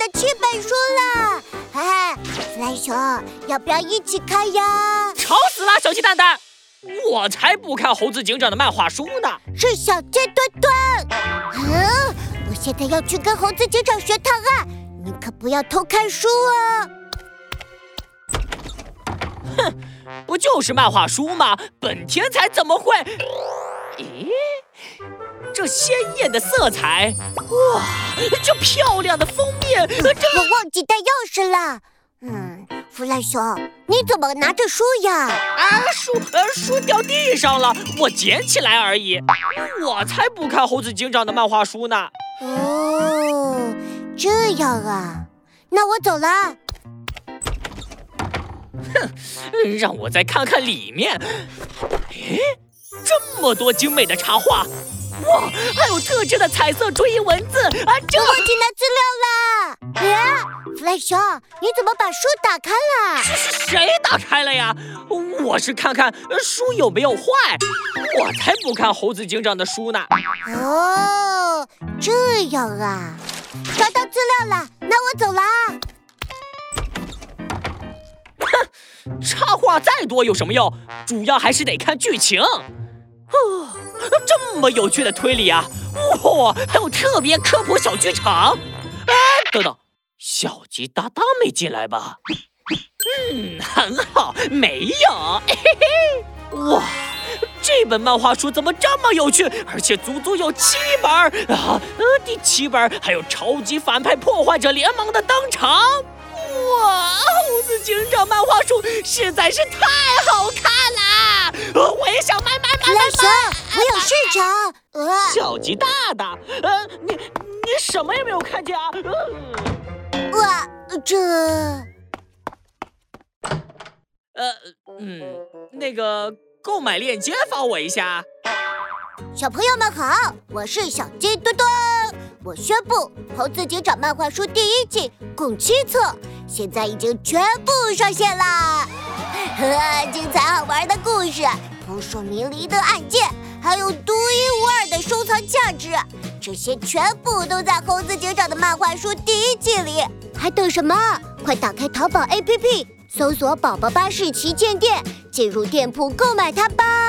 7本书了。弗兰熊，要不要一起看呀？ 吵死了，小鸡蛋蛋！我才不看猴子警长的漫画书呢。 是小鸡墩墩。我现在要去跟猴子警长学档案，你可不要偷看书啊！ 哼，不就是漫画书吗？本天才怎么会？咦，这鲜艳的色彩，哇，这漂亮的封面， 我忘记带钥匙了。弗兰熊，你怎么拿着书呀？ 书掉地上了，我捡起来而已。我才不看猴子警长的漫画书呢。 哦，这样啊，那我走了。 哼，让我再看看里面。诶，这么多精美的插画，哇，还有特制的彩色注音文字啊！ 我忘记拿资料了。弗兰熊，你怎么把书打开了？ 谁打开了呀？我是看看书有没有坏，我才不看猴子警长的书呢。 哦，这样啊，找到资料了，那我走了。 哼，插画再多有什么用？主要还是得看剧情。这么有趣的推理啊！哇，还有特别科普小剧场。等等，小鸡哒哒没进来吧？很好，没有。嘿嘿，哇，这本漫画书怎么这么有趣？而且足足有7本啊！第7本还有超级反派破坏者联盟的登场。哇，猴子警长漫画书实在是太好看了！我也想买。 弗兰熊，我有市场。 小鸡大大，你什么也没有看见啊？那个购买链接发我一下。 小朋友们好，我是小鸡墩墩。我宣布，猴子警长漫画书第1季共7册，现在已经全部上线啦！精彩好玩的故事，扑朔迷离的案件，还有独一无二的收藏价值，这些全部都在猴子警长的漫画书第1季里。还等什么？快打开淘宝 APP，搜索宝宝巴士旗舰店，进入店铺购买它吧！